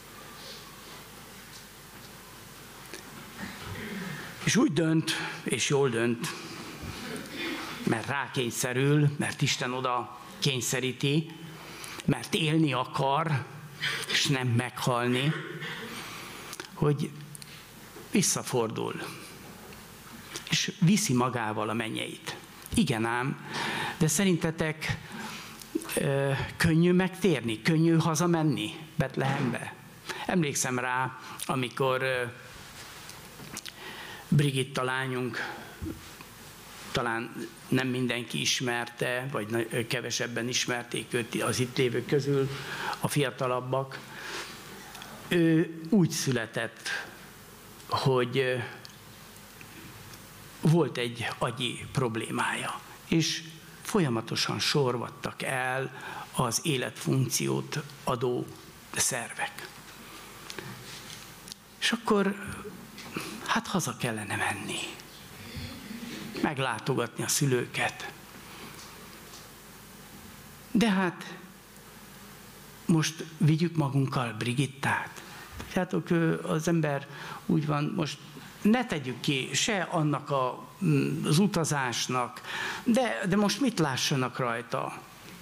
A: És úgy dönt, és jól dönt, mert rákényszerül, mert Isten oda kényszeríti, mert élni akar, és nem meghalni, hogy visszafordul, és viszi magával a mennyeit. Igen ám, de szerintetek könnyű megtérni, könnyű hazamenni Betlehembe? Emlékszem rá, amikor Brigitta lányunk, talán nem mindenki ismerte, vagy kevesebben ismerték őt az itt lévők közül, a fiatalabbak. Ő úgy született, hogy volt egy agyi problémája, és folyamatosan sorvadtak el az életfunkciót adó szervek. És akkor hát haza kellene menni, meglátogatni a szülőket. De hát most vigyük magunkkal Brigittát. Tudjátok, az ember úgy van, most ne tegyük ki se annak az utazásnak, de most mit lássanak rajta?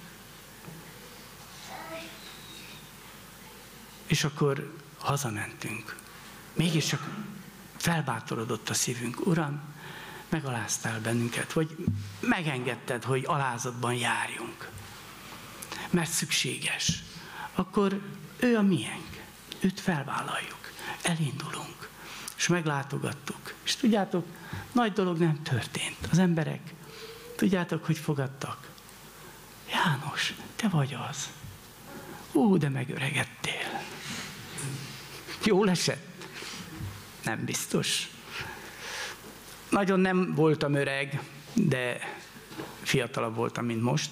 A: És akkor hazamentünk. Mégiscsak felbátorodott a szívünk. Uram, megaláztál bennünket, vagy megengedted, hogy alázatban járjunk. Mert szükséges. Akkor ő a miénk. Őt felvállaljuk. Elindulunk. És meglátogattuk. És tudjátok, nagy dolog nem történt. Az emberek, tudjátok, hogy fogadtak? János, te vagy az. De megöregedtél. Jól esett? Nem biztos. Nagyon nem voltam öreg, de fiatalabb voltam, mint most.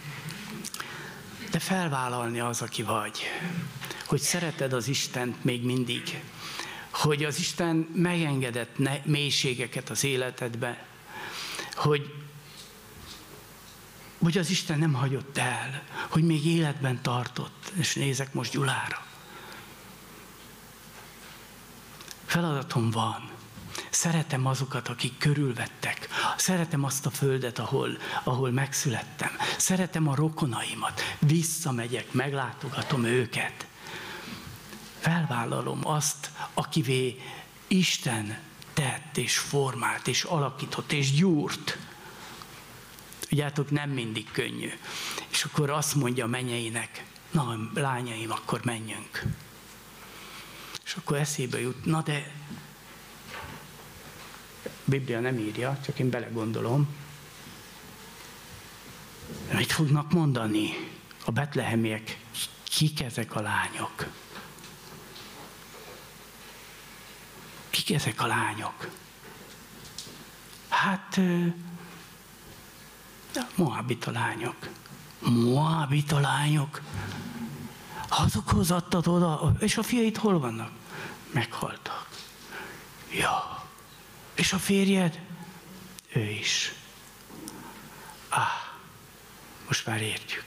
A: De felvállalni az, aki vagy. Hogy szereted az Istent még mindig. Hogy az Isten megengedett mélységeket az életedbe. Hogy az Isten nem hagyott el. Hogy még életben tartott. És nézek most Gyulára. Feladatom van. Szeretem azokat, akik körülvettek. Szeretem azt a földet, ahol megszülettem. Szeretem a rokonaimat. Visszamegyek, meglátogatom őket. Felvállalom azt, akivé Isten tett, és formált, és alakított, és gyúrt. Tudjátok, nem mindig könnyű. És akkor azt mondja a mennyeinek, na, lányaim, akkor menjünk. És akkor eszébe jut, na de Biblia nem írja, csak én belegondolom. Mit fognak mondani a betlehemiek? Kik ezek a lányok? Kik ezek a lányok? Hát, moabita lányok. Moabita lányok. Azokhoz adtad oda, és a fiaid hol vannak? Meghaltak. Ja. És a férjed? Ő is. Most már értjük.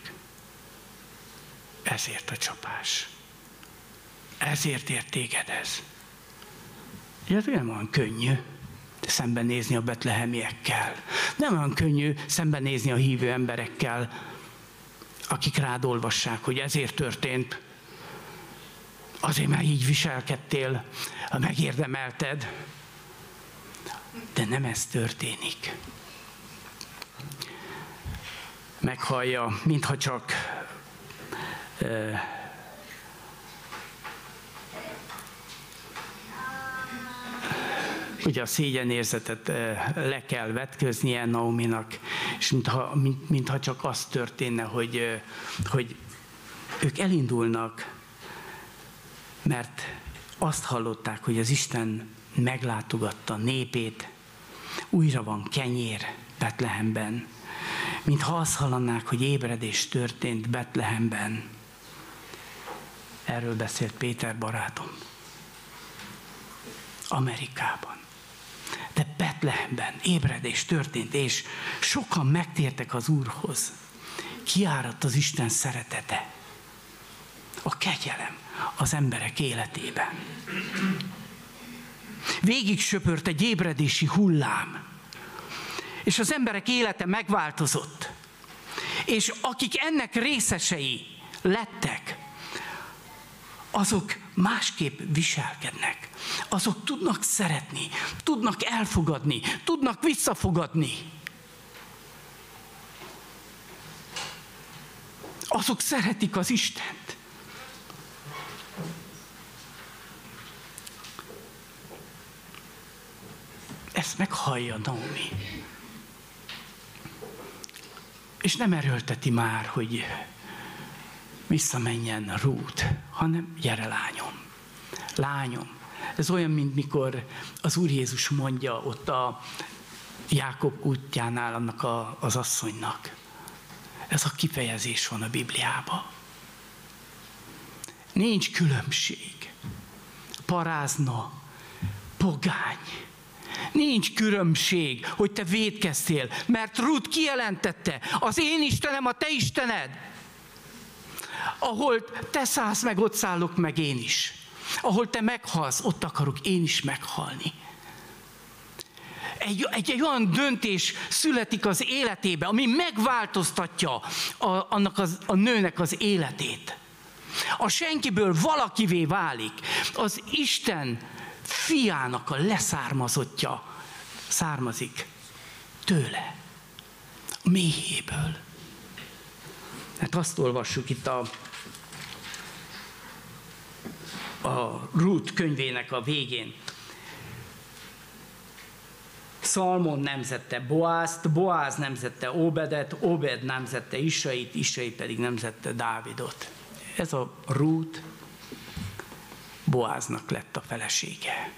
A: Ezért a csapás. Ezért ért téged ez. Ez nem olyan könnyű szembenézni a betlehemiekkel. Nem olyan könnyű szembenézni a hívő emberekkel, akik rád olvassák, hogy ezért történt. Azért már így viselkedtél, megérdemelted. De nem ez történik. Meghallja, mintha csak ugye a szégyenérzetet le kell vetköznie Naominak, és mintha csak az történne, hogy ők elindulnak, mert azt hallották, hogy az Isten meglátogatta népét, újra van kenyér Betlehemben, mintha azt hallanák, hogy ébredés történt Betlehemben. Erről beszélt Péter barátom. Amerikában. De Betlehemben ébredés történt, és sokan megtértek az Úrhoz. Kiáradt az Isten szeretete, a kegyelem az emberek életében. Végig söpört egy ébredési hullám, és az emberek élete megváltozott. És akik ennek részesei lettek, azok másképp viselkednek. Azok tudnak szeretni, tudnak elfogadni, tudnak visszafogadni. Azok szeretik az Istent. Ezt meghallja Naomi. És nem erőlteti már, hogy visszamenjen Rút, hanem gyere lányom. Lányom. Ez olyan, mint mikor az Úr Jézus mondja ott a Jákob útjánál annak az asszonynak. Ez a kifejezés van a Bibliában. Nincs különbség. Parázna, pogány. Nincs különbség, hogy te vétkeztél, mert Rút kijelentette, az én Istenem a te Istened. Ahol te szállsz meg, ott szállok meg én is. Ahol te meghalsz, ott akarok én is meghalni. Egy olyan döntés születik az életébe, ami megváltoztatja annak a nőnek az életét. A senkiből valakivé válik. Az Isten fiának a leszármazottja származik tőle, a méhéből. Hát azt olvassuk itt a Rút könyvének a végén. Szalmon nemzette Boázt, Boáz nemzette Óbedet, Óbed nemzette Isait, Isai pedig nemzette Dávidot. Ez a Rút Boáznak lett a felesége.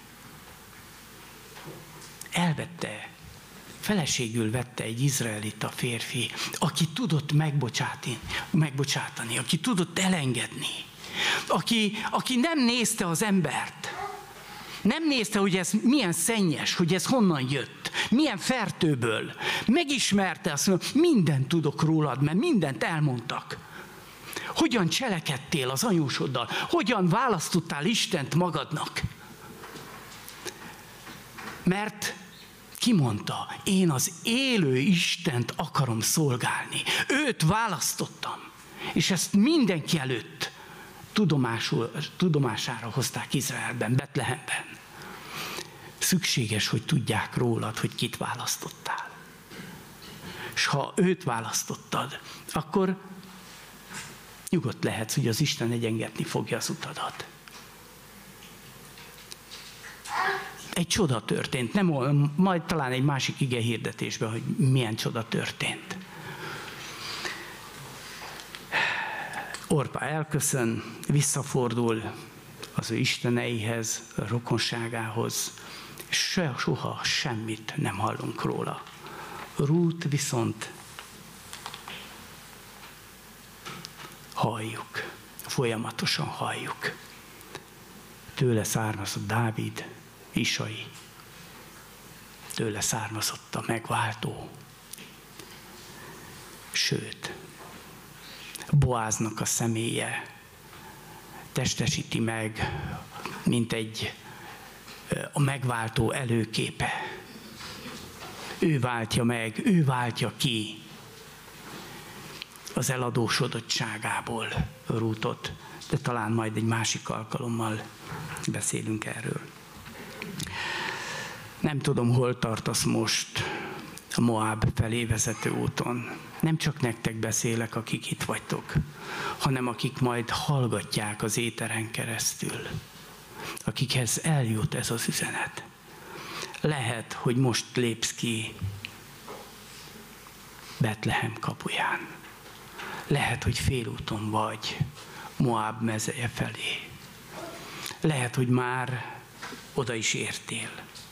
A: Feleségül vette egy izraelita férfi, aki tudott megbocsátani, aki tudott elengedni, aki nem nézte az embert, nem nézte, hogy ez milyen szennyes, hogy ez honnan jött, milyen fertőből. Megismerte azt, hogy mindent tudok rólad, mert mindent elmondtak. Hogyan cselekedtél az anyósoddal, hogyan választottál Istent magadnak. Mert ki mondta, én az élő Istent akarom szolgálni. Őt választottam. És ezt mindenki előtt tudomására hozták Izraelben, Betlehemben. Szükséges, hogy tudják rólad, hogy kit választottál. És ha őt választottad, akkor nyugodt lehetsz, hogy az Isten egyengetni fogja az utadat. Egy csoda történt. Nem, majd talán egy másik ige hirdetésben, hogy milyen csoda történt. Orpa elköszön, visszafordul az ő isteneihez, a rokonságához, és soha semmit nem hallunk róla. Rút viszont halljuk, folyamatosan halljuk. Tőle származott Dávid, Isai, tőle származott a megváltó. Sőt, Boáznak a személye testesíti meg, mint a megváltó előképe. Ő váltja meg, ő váltja ki az eladósodottságából Rútot, de talán majd egy másik alkalommal beszélünk erről. Nem tudom, hol tartasz most a Moab felé vezető úton. Nem csak nektek beszélek, akik itt vagytok, hanem akik majd hallgatják az éteren keresztül, akikhez eljut ez az üzenet. Lehet, hogy most lépsz ki Betlehem kapuján. Lehet, hogy félúton vagy Moab mezeje felé. Lehet, hogy már oda is értél.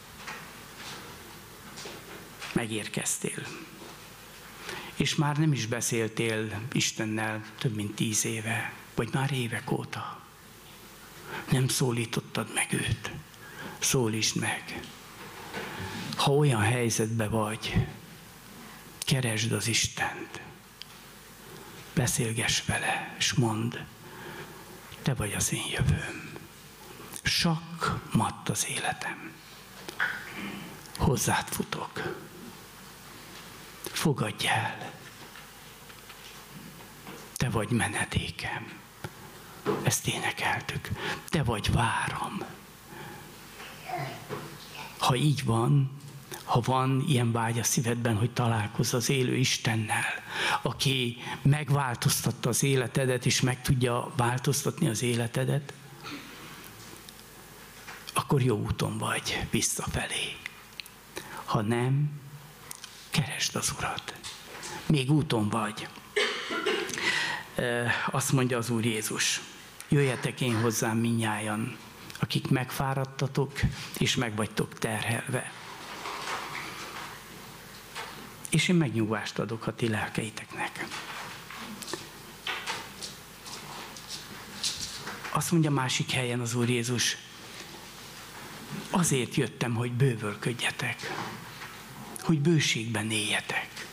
A: Megérkeztél. És már nem is beszéltél Istennel több mint 10 éve, vagy már évek óta. Nem szólítottad meg őt. Szólítsd meg. Ha olyan helyzetben vagy, keresd az Istent. Beszélgess vele, és mondd, te vagy az én jövőm. Sakk-matt az életem. Hozzád futok. Fogadj el. Te vagy menedékem. Ezt énekeltük. Te vagy váram. Ha így van, ha van ilyen vágy a szívedben, hogy találkozz az élő Istennel, aki megváltoztatta az életedet, és meg tudja változtatni az életedet, akkor jó úton vagy visszafelé. Ha nem, keresd az Urat. Még úton vagy. Azt mondja az Úr Jézus, jöjjetek én hozzám mindnyájan, akik megfáradtatok, és meg vagytok terhelve. És én megnyugvást adok a ti lelkeiteknek. Azt mondja másik helyen az Úr Jézus, azért jöttem, hogy bővölködjetek, hogy bőségben éljetek.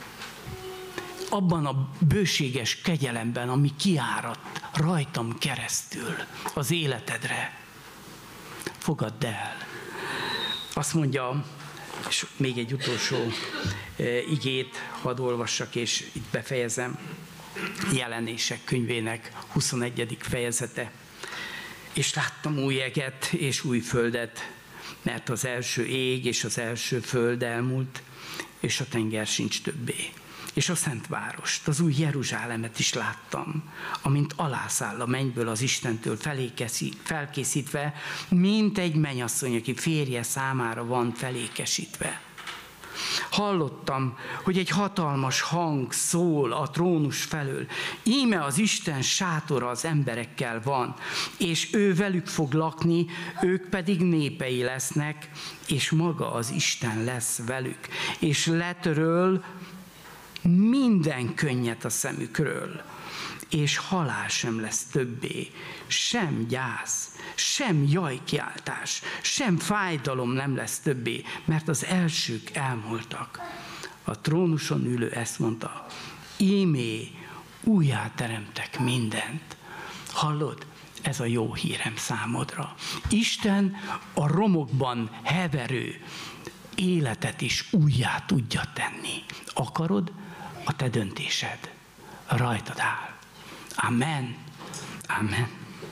A: Abban a bőséges kegyelemben, ami kiáradt rajtam keresztül az életedre. Fogadd el. Azt mondja, és még egy utolsó igét hadd olvassak, és itt befejezem. Jelenések könyvének 21. fejezete. És láttam új eget és új földet, mert az első ég és az első föld elmúlt, és a tenger sincs többé. És a Szent Várost, az új Jeruzsálemet is láttam, amint alászáll a mennyből az Istentől felkészítve, mint egy mennyasszony, aki férje számára van felékesítve. Hallottam, hogy egy hatalmas hang szól a trónus felől. Íme az Isten sátora az emberekkel van, és ő velük fog lakni, ők pedig népei lesznek, és maga az Isten lesz velük, és letöröl minden könnyet a szemükről, és halál sem lesz többé, sem gyász, sem jajkiáltás, sem fájdalom nem lesz többé, mert az elsők elmúltak. A trónuson ülő ezt mondta, ímé újjáteremtek mindent. Hallod? Ez a jó hírem számodra. Isten a romokban heverő életet is újjá tudja tenni. Akarod? A te döntésed. Rajtad áll. Amen. Amen.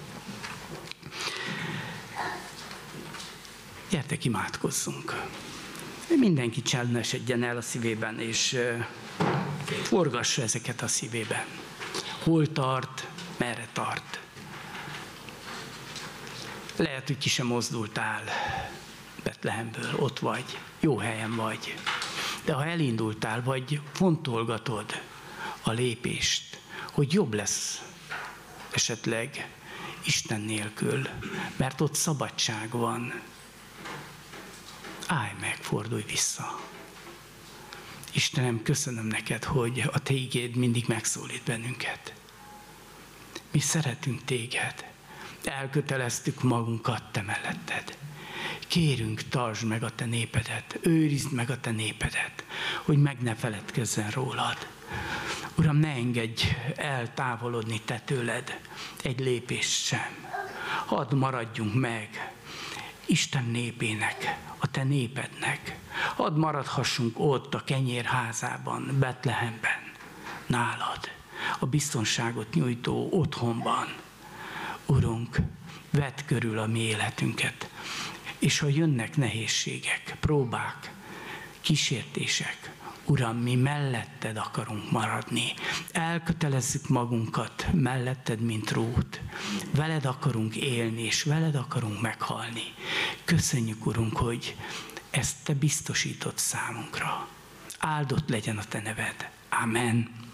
A: Gyertek, imádkozzunk. Mindenki csendesedjen el a szívében, és forgassa ezeket a szívében. Hol tart, merre tart. Lehet, hogy ki sem mozdultál, Betlehemből, ott vagy, jó helyen vagy. De ha elindultál, vagy fontolgatod a lépést, hogy jobb lesz esetleg Isten nélkül, mert ott szabadság van, állj meg, fordulj vissza. Istenem, köszönöm neked, hogy a te igéd mindig megszólít bennünket. Mi szeretünk téged, elköteleztük magunkat te melletted. Kérünk, tartsd meg a te népedet, őrizd meg a te népedet, hogy meg ne feledkezzen rólad. Uram, ne engedj eltávolodni te tőled egy lépést sem. Hadd maradjunk meg Isten népének, a te népednek. Hadd maradhassunk ott a kenyérházában, Betlehemben, nálad, a biztonságot nyújtó otthonban. Urunk, vedd körül a mi életünket, és ha jönnek nehézségek, próbák, kísértések, Uram, mi melletted akarunk maradni. Elkötelezzük magunkat melletted, mint Rút. Veled akarunk élni, és veled akarunk meghalni. Köszönjük, Urunk, hogy ezt te biztosítod számunkra. Áldott legyen a te neved. Amen.